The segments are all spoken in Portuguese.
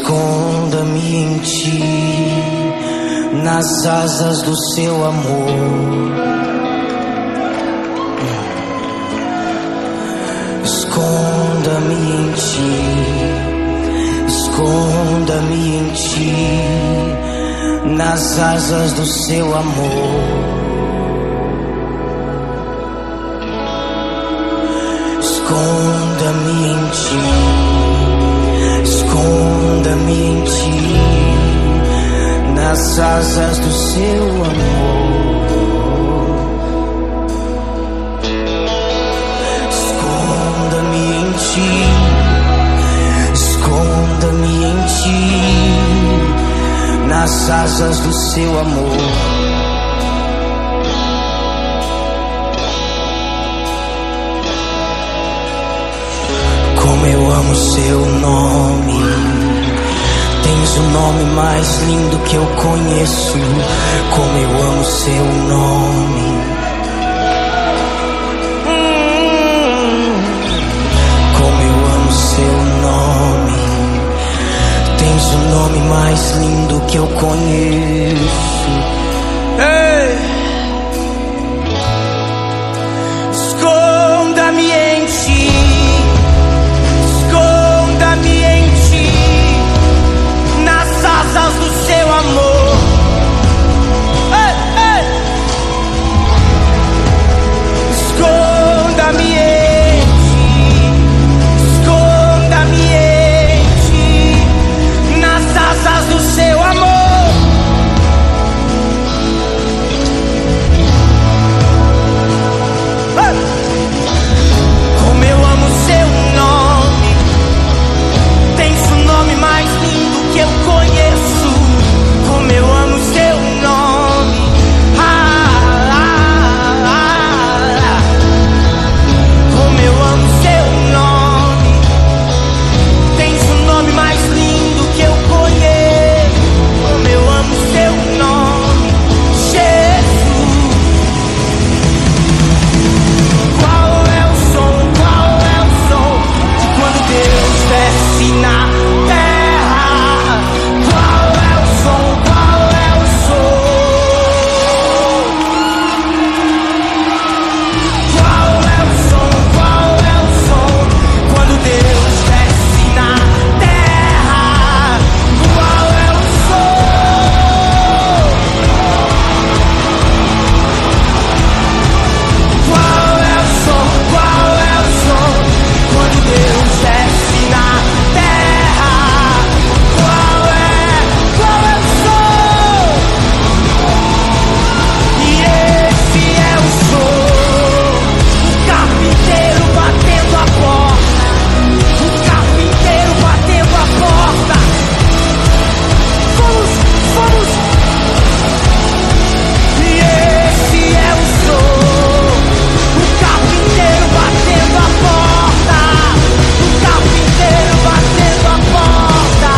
Esconda-me em ti, nas asas do seu amor. Esconda-me em ti, esconda-me em ti, nas asas do seu amor. Esconda-me em ti, esconda-me em ti, nas asas do seu amor. Esconda-me em ti, esconda-me em ti, nas asas do seu amor. Como eu amo seu nome, tens o nome mais lindo que eu conheço. Como eu amo seu nome, como eu amo seu nome, tens o nome mais lindo que eu conheço. Ei! Esconda-me em ti, esconda-me em ti, nas asas do seu amor. Ei, ei. Esconda-me em ti, esconda-me em ti, nas asas do seu amor. Ei. Como eu amo seu nome, tens o nome mais lindo que eu conheço. Como eu amo seu nome, como eu amo seu nome, tens o nome mais lindo que eu conheço. Como eu amo seu nome, Jesus. Qual é o som de quando Deus desce na terra? Qual é o som? Qual é o som? Qual é o som? Qual é o som quando Deus desce na terra? Qual é o som? Qual é o som? Qual é o som quando Deus desce na terra? Qual é o som? E esse é o som, o carpinteiro batendo a porta, o carpinteiro batendo a porta. Vamos, vamos. E esse é o som, o carpinteiro batendo a porta, o carpinteiro batendo a porta.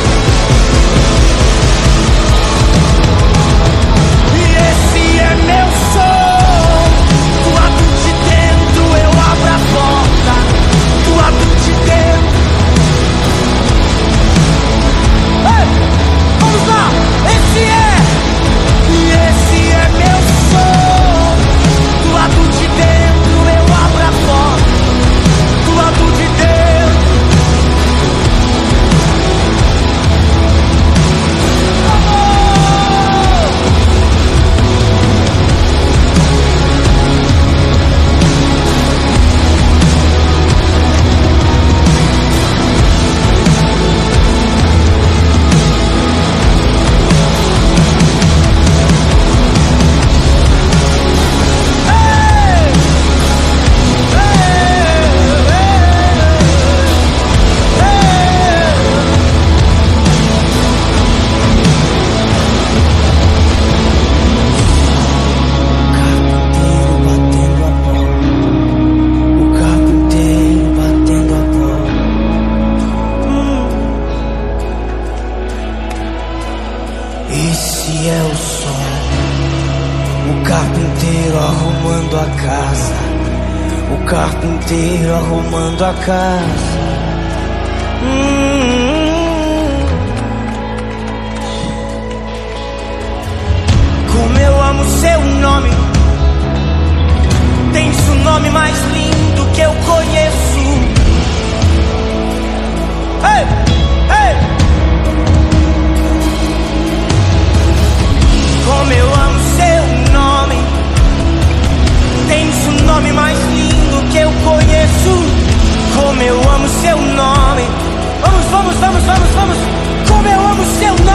E esse é meu som, do lado de dentro eu abro a porta, do lado de dentro. Ei, vamos lá, esse é meu som, do lado de dentro eu abro a porta, do lado de dentro. O carpinteiro batendo a porta. Esse é o som, o carpinteiro arrumando a casa, o carpinteiro arrumando a casa.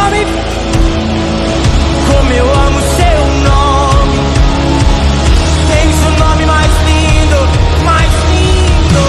nome. Como eu amo seu nome. Tens o nome mais lindo, mais lindo.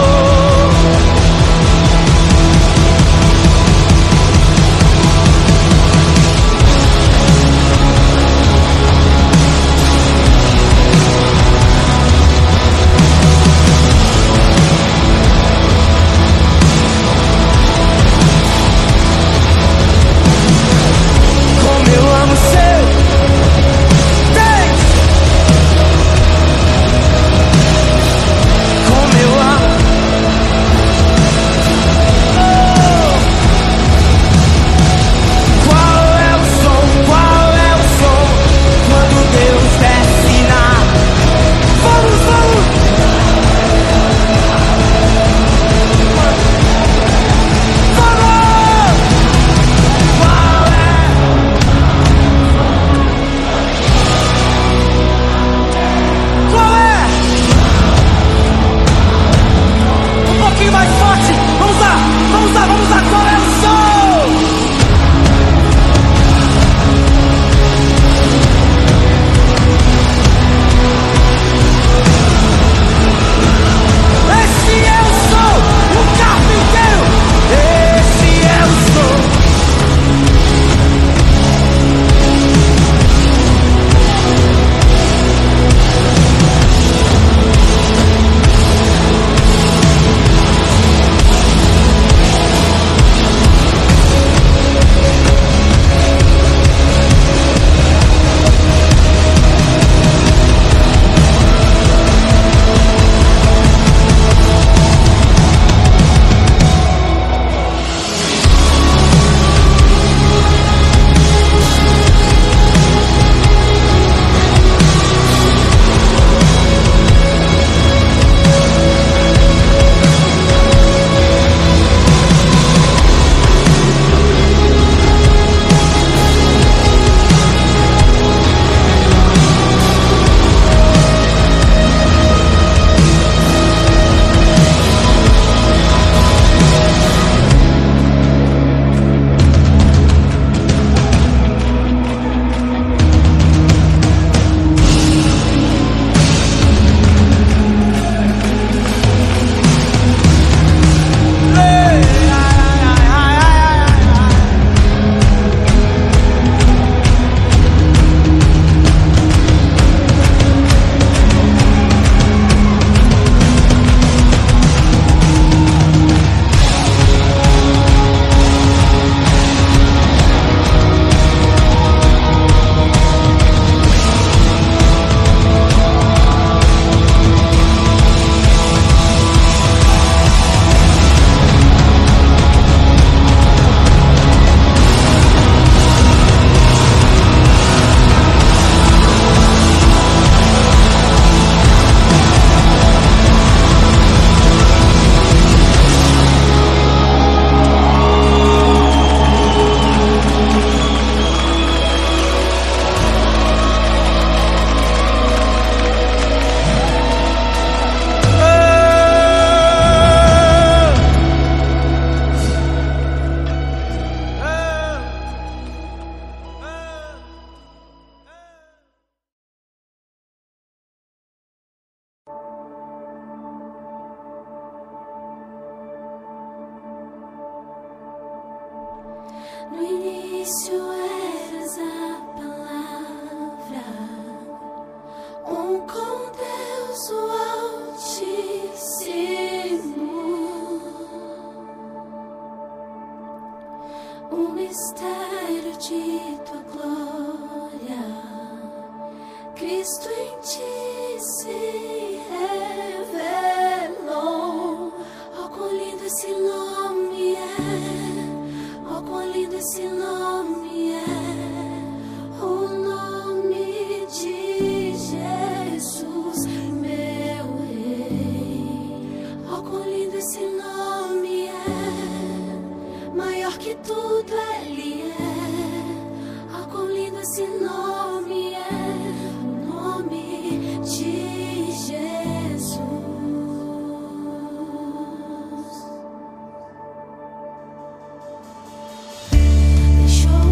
No início eras a palavra, com Deus o Altíssimo, o mistério de tua glória, Cristo em ti se revelou. Oh, quão lindo esse nome é! Oh, quão lindo esse nome é, o nome de Jesus, meu Rei. Oh, quão lindo esse nome é, maior que tudo Ele é. Oh, quão lindo esse nome é, o nome de Jesus. Deixou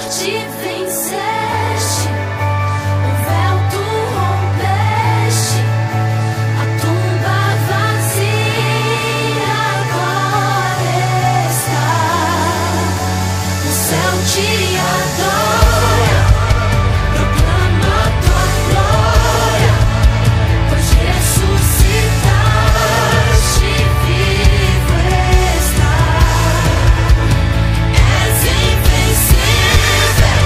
morte venceste, o véu tu rompeste, a tumba vazia agora está. O céu te adora, proclama tua glória, pois ressuscitaste, vivo estás. És invencível,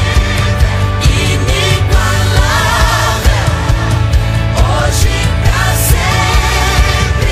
inigualável, hoje pra sempre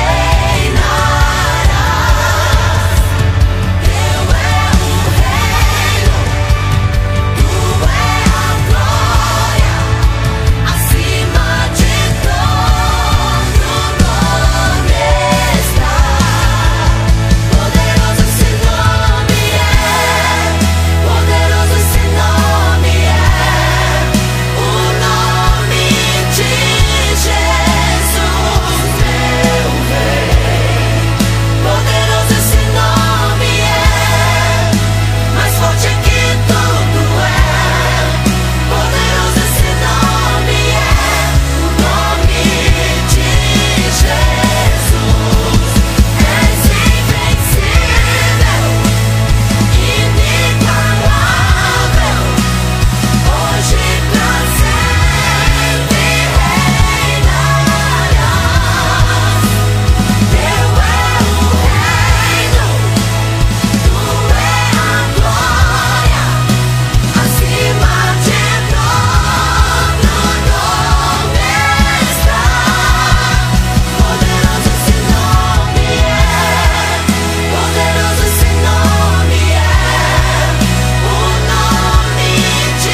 reinarás. Teu é o reino, tua é a glória, acima de todo nome está. Poderoso esse nome é, poderoso esse nome é, o nome de Jesus, meu Rei. Poderoso esse nome é, mais forte que tudo é. Poderoso esse nome é, o nome de Jesus. És invencível, inigualável, hoje pra sempre reinarás. Teu é o reino, tua é a glória, acima de todo nome está. Poderoso esse nome é, poderoso esse nome é, o nome de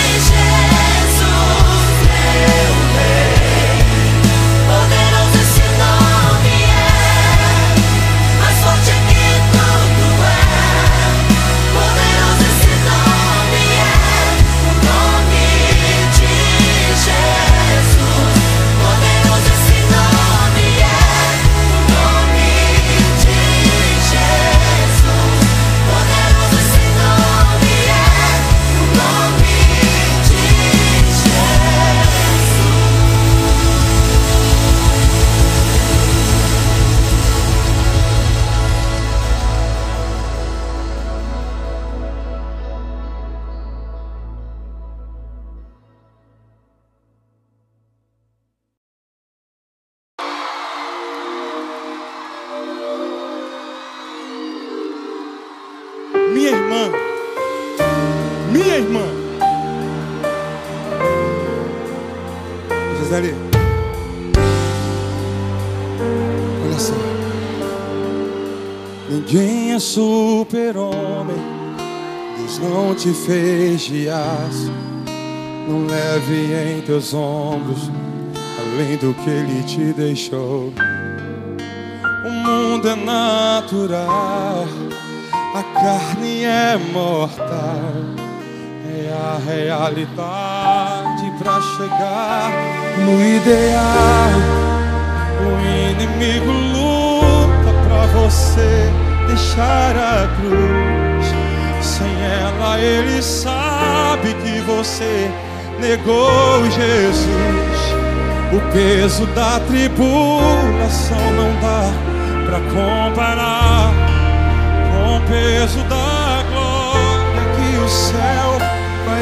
Jesus, meu Rei. Poderoso esse nome é, mais forte que tudo é. Poderoso esse nome é, o nome de Jesus. Poderoso esse nome é, o nome de Jesus. Poderoso esse nome é, o nome de Minha irmã, Gisele, olha só. Ninguém é super-homem, Deus não te fez de aço. Não leve em teus ombros além do que Ele te deixou. O mundo é natural, a carne é mortal, é a realidade pra chegar no ideal. O inimigo luta pra você deixar a cruz. Sem ela ele sabe que você negou Jesus. O peso da tribulação não dá pra comparar com o peso da glória que o céu vai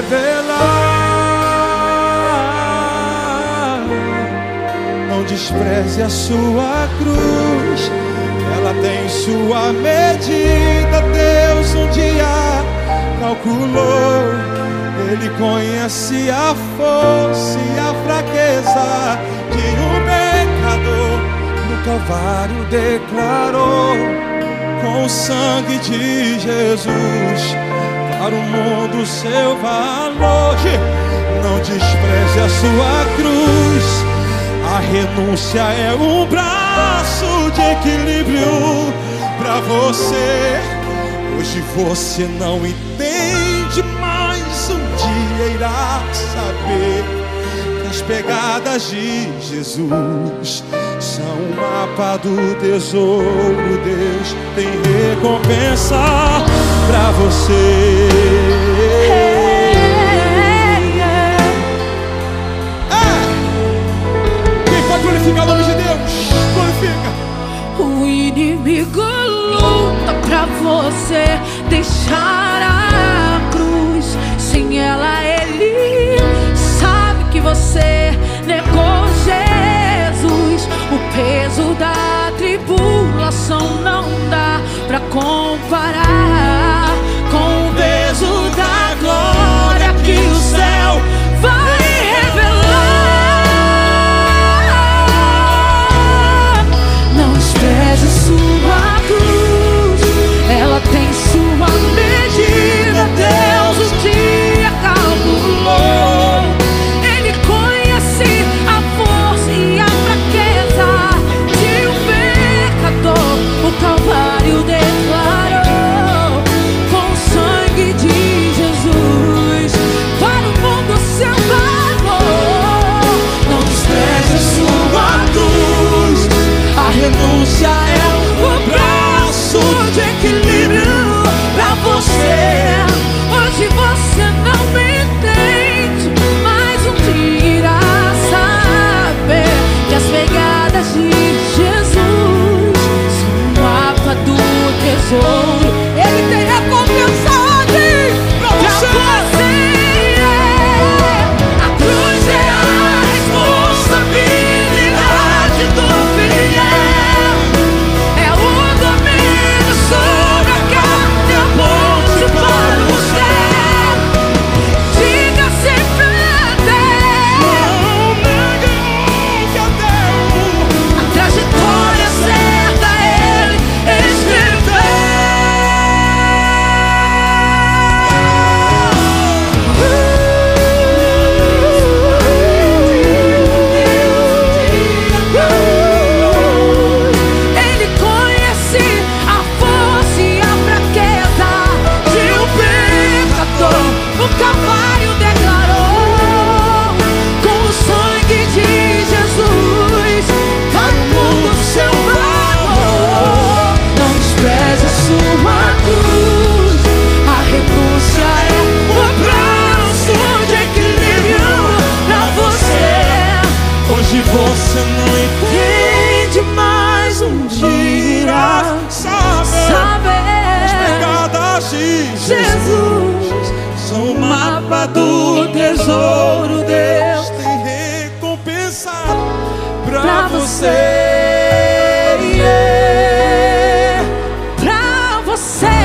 revelar. Não despreze a sua cruz, ela tem sua medida. Deus um dia calculou, Ele conhece a força e a fraqueza de um pecador. No Calvário declarou, com o sangue de Jesus, para o mundo seu valor. Não despreze a sua cruz, a renúncia é um braço de equilíbrio para você. Hoje você não entende, mas um dia irá saber que as pegadas de Jesus são um mapa do tesouro. Deus tem recompensa pra você. você deixar a cruz. Sem ela ele sabe que você negou Jesus. O peso da tribulação não dá pra comparar com o peso da glória que o céu vai revelar. Não despreze sua cruz, ela tem sua medida. Deus um dia calculou. Ele conhece a força e a fraqueza de um pecador. O Calvário declarou com o sangue de Jesus para o mundo seu valor. Não despreze sua cruz, a renúncia é o braço de equilíbrio pra você. Hoje você não me entende, mas um dia irá saber que as pegadas de Jesus são o mapa do tesouro. Ele tem recompensa pra você. A cruz é a responsabilidade do fiel. É o domínio sobre a carne, a ponte para o céu. Diga sempre adeus. A trajetória certa ele Ele conhece a força e a fraqueza de um pecador. O Calvário declarou com o sangue de Jesus para o mundo seu valor. Não despreze sua cruz, a renúncia é o braço de equilíbrio pra você. Hoje você não entende, mas um dia irá saber. As pegadas de Jesus são o mapa do tesouro. Deus tem recompensa pra você. Pra você,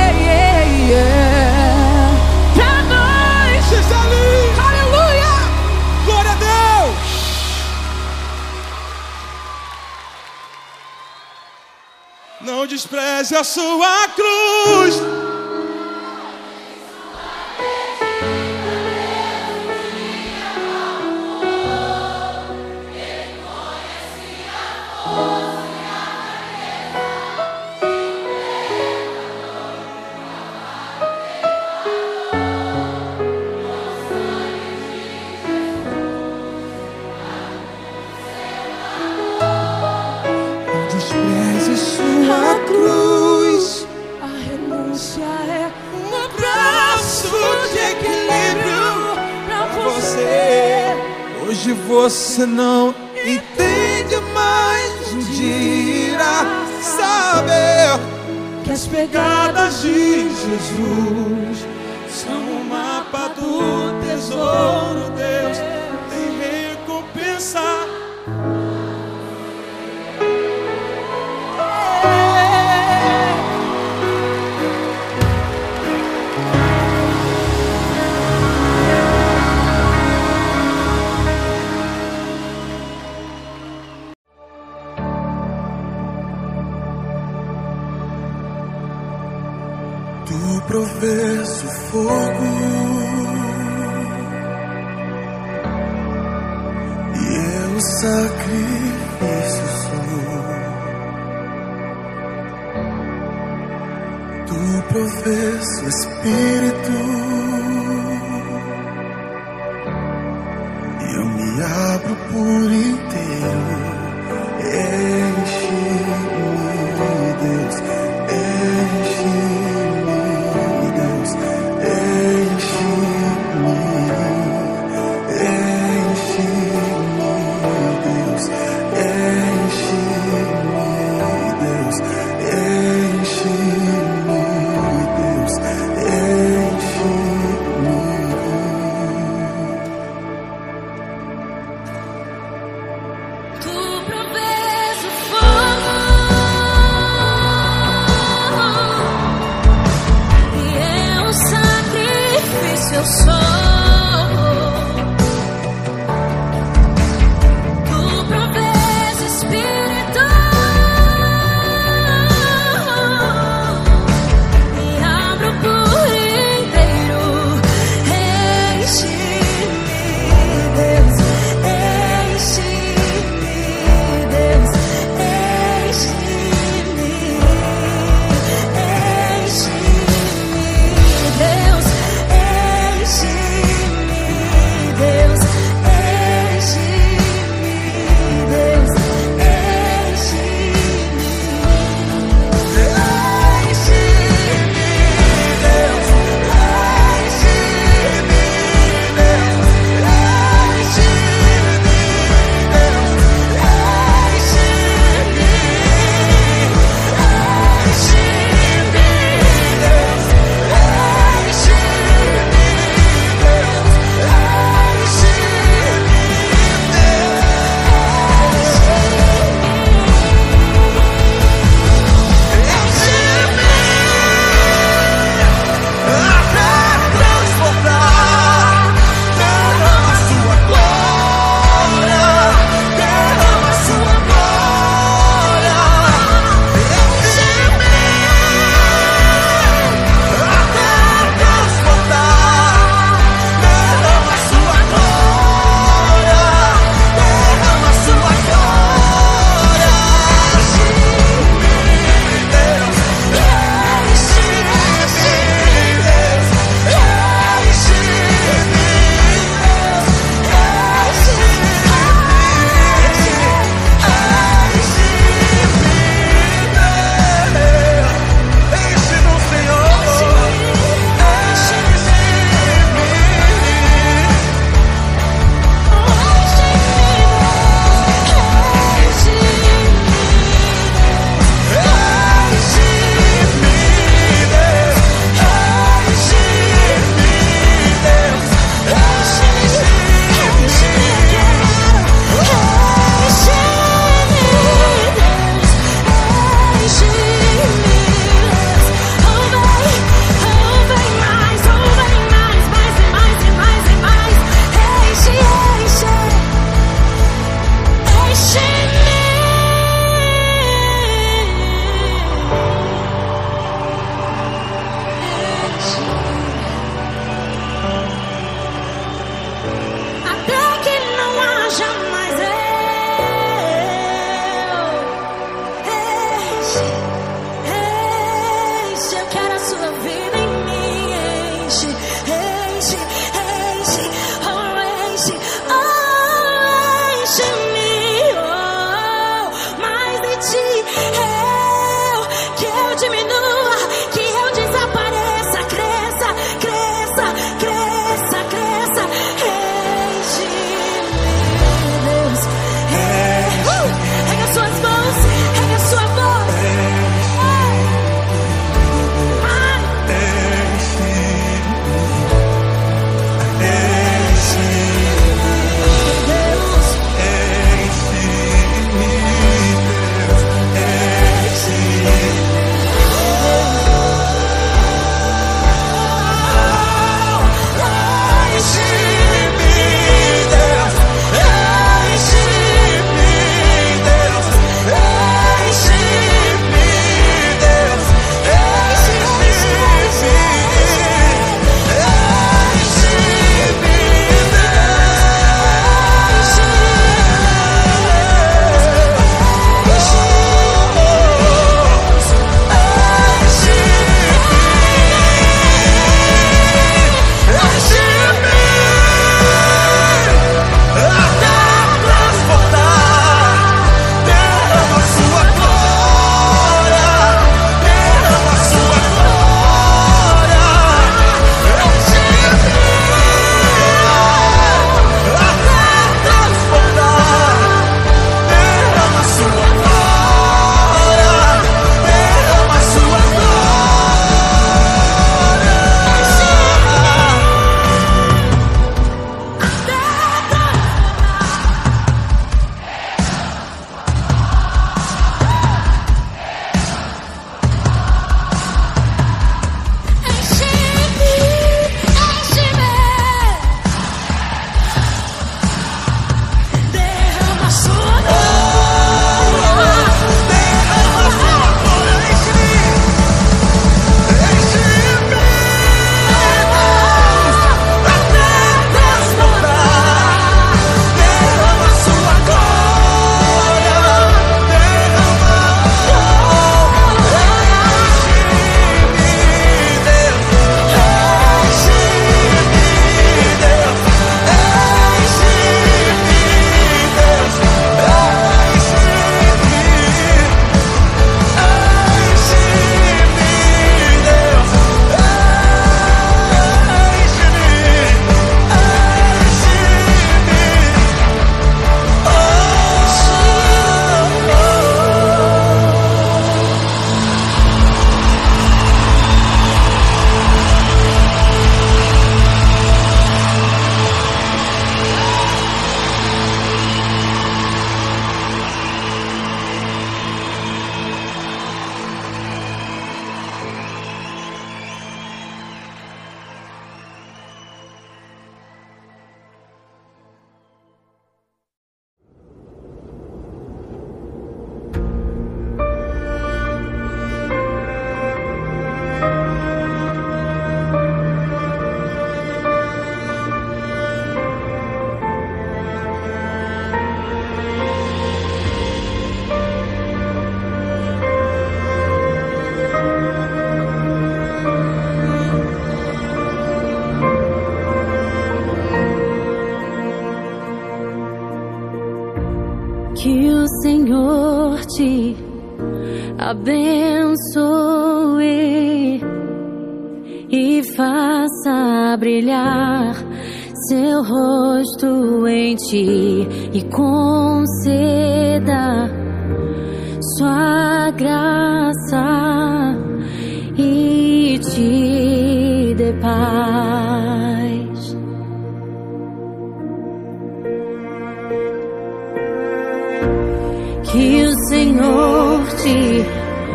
pra nós. Aleluia! Glória a Deus! Não despreze a sua cruz. Não despreze sua cruz. A renúncia é Um abraço de equilíbrio pra você. Hoje você não entende, mas um dia irá saber que as pegadas de Jesus são o mapa do tesouro. Deus tem recompensa. Tu provês o fogo e eu o sacrifício sou. Tu provês o Espírito e eu me abro por inteiro. Enche-me, Deus, enche-me, Deus, enche-me, enche-me, Deus, enche-me, Deus, enche-me, eu sou. Tu provês, Espírito, me abro por inteiro. Enche-me, Deus, enche-me, Deus, enche-me, enche-me, Deus, enche-me. te abençoe e faça brilhar seu rosto em ti e conceda sua graça e te dê paz. Que o Senhor te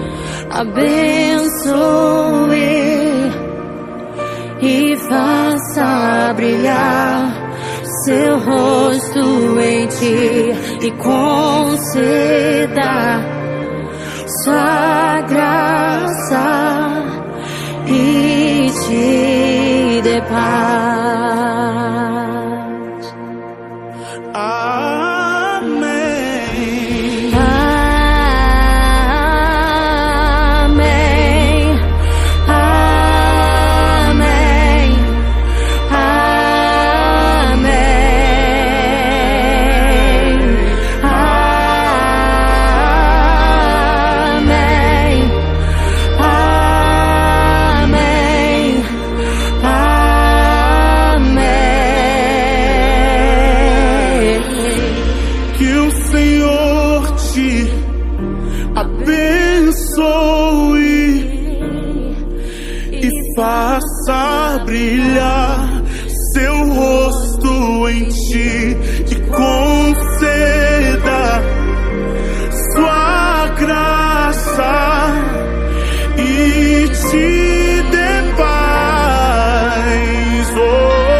abençoe e faça brilhar seu rosto em ti e conceda sua graça e te dê paz. Amém. Amém. Amém. Faça brilhar seu rosto em ti e conceda sua graça e te dê paz. Oh.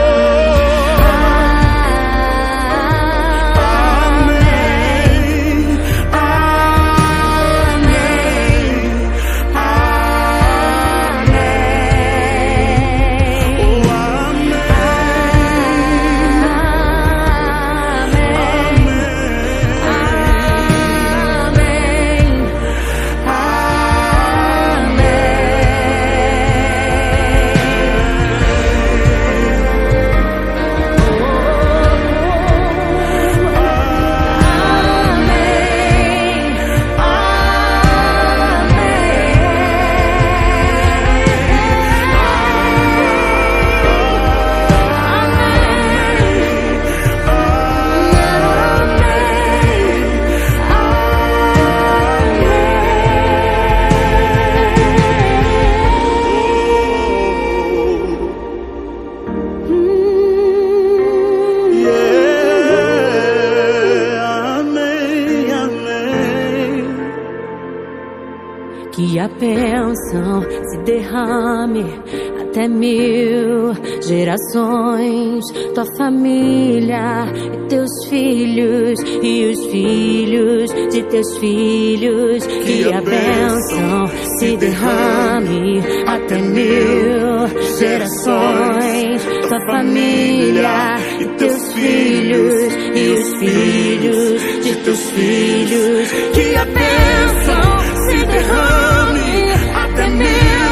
Que a bênção se derrame até 1000 gerações, tua família e teus filhos e os filhos de teus filhos. Que a bênção se derrame até 1000 gerações, tua família e teus filhos e os filhos de teus filhos. Que a bênção se derrame até 1000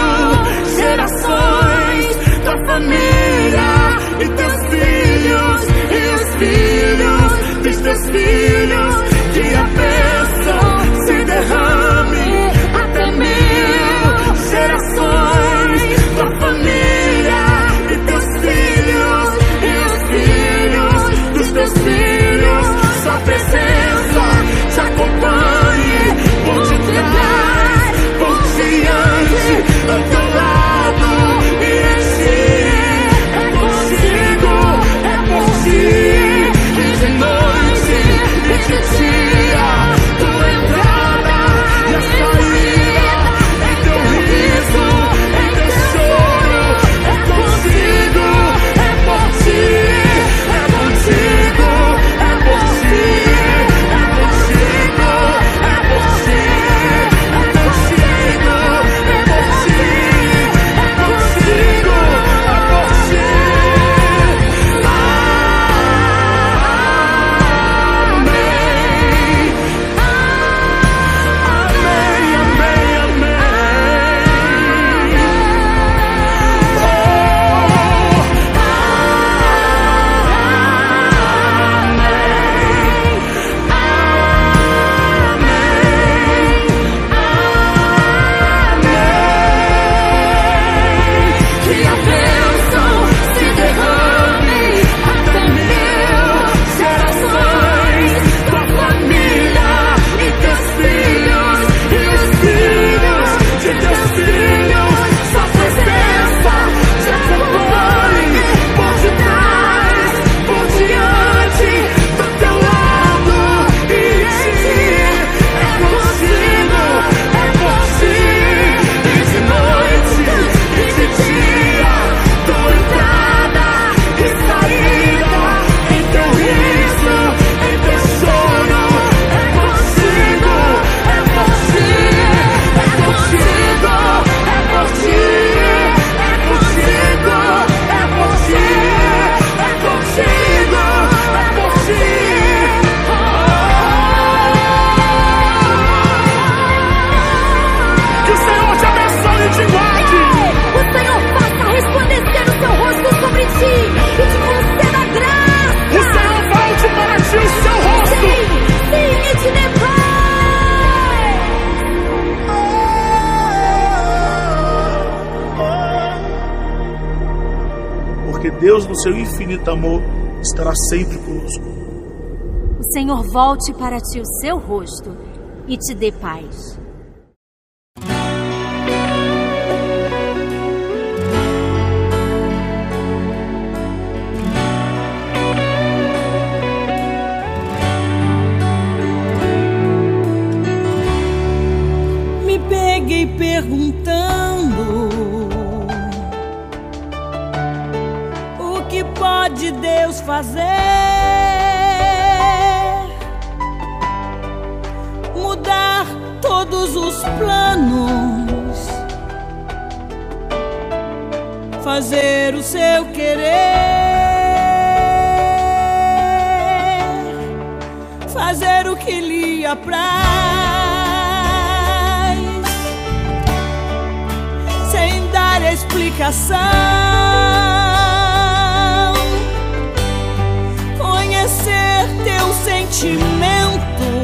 gerações, tua família e teus filhos e os filhos dos teus filhos. Que a bênção se derrame até 1000 gerações, tua família e teus filhos e os filhos dos teus filhos. Sua presença te acompanhe porque Deus, no seu infinito amor, estará sempre conosco. O Senhor volte para ti o seu rosto e te dê paz. Me peguei perguntando: o que pode Deus fazer? Mudar todos os planos, fazer o seu querer, fazer o que lhe apraz, sem dar explicação, conhecer teu sentimento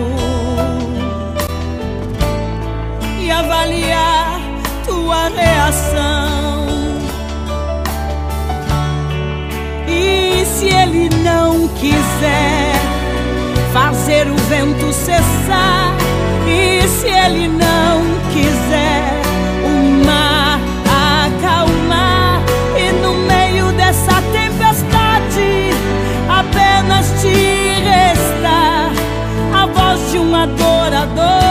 e avaliar tua reação. E se ele não quiser fazer o vento cessar, e se ele não quiser o mar acalmar, e no meio dessa tempestade apenas te restar a voz de um adorador,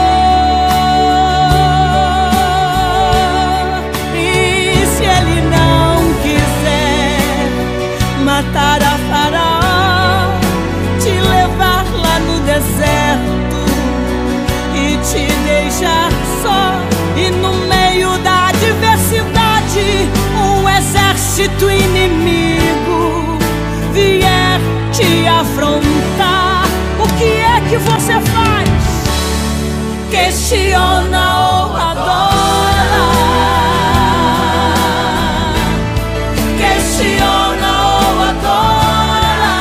e se ele não quiser matar a Faraó, te levar lá no deserto e te deixar só, e no meio da adversidade um exército inimigo vier te afrontar, o que é que você faz? Questiona ou adora? Questiona ou adora?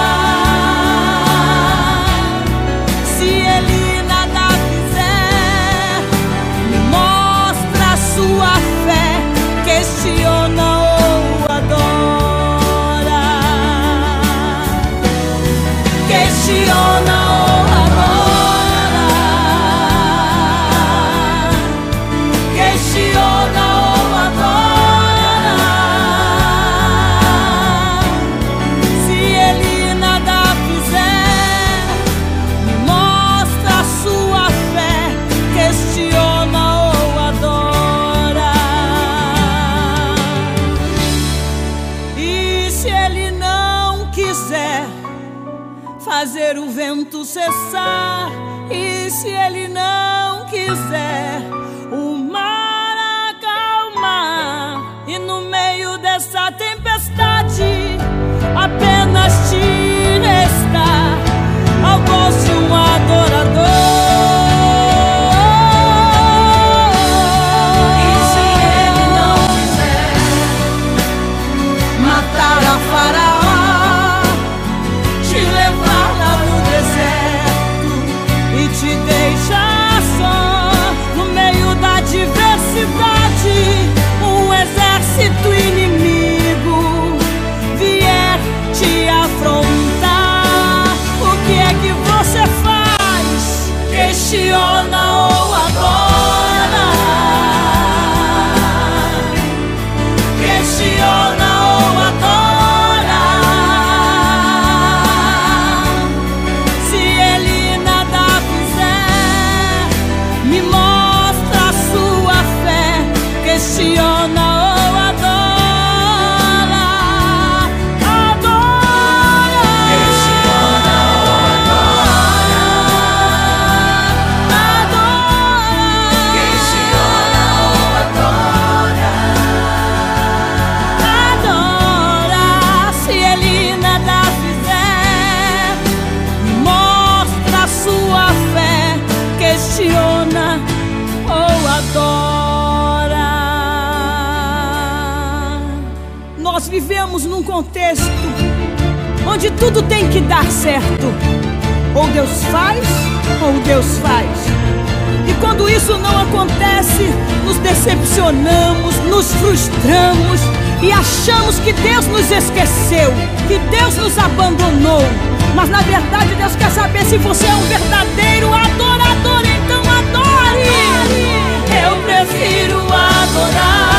Se ele nada fizer, me mostra a sua fé. Questiona ou adora? Questiona ou adora? Questiona ou adora? Se ele nada fizer, me mostra a sua fé. Questiona ou adora? E se ele não quiser fazer o vento cessar, e se ele não quiser o mar acalmar, e no meio dessa tempestade apenas te restar a voz de um adorador, e se ele não quiser matar a Faraó, te levar lá no deserto e te deixar só, no meio da adversidade um exército inimigo vier te afrontar, o que é que você faz? Questiona ou adora? Questiona ou adora? Se ele nada fizer, me mostra a sua fé. Questiona ou adora? Adora. Questiona ou adora? Adora. Questiona ou adora? Adora. Se ele nada fizer, me mostra a sua fé. Questiona ou adora? Nós vivemos num contexto onde tudo tem que dar certo. Ou Deus faz, ou Deus faz. E quando isso não acontece, nos decepcionamos, nos frustramos, e achamos que Deus nos esqueceu, que Deus nos abandonou. Mas na verdade Deus quer saber se você é um verdadeiro adorador. Então adore. Eu prefiro adorar.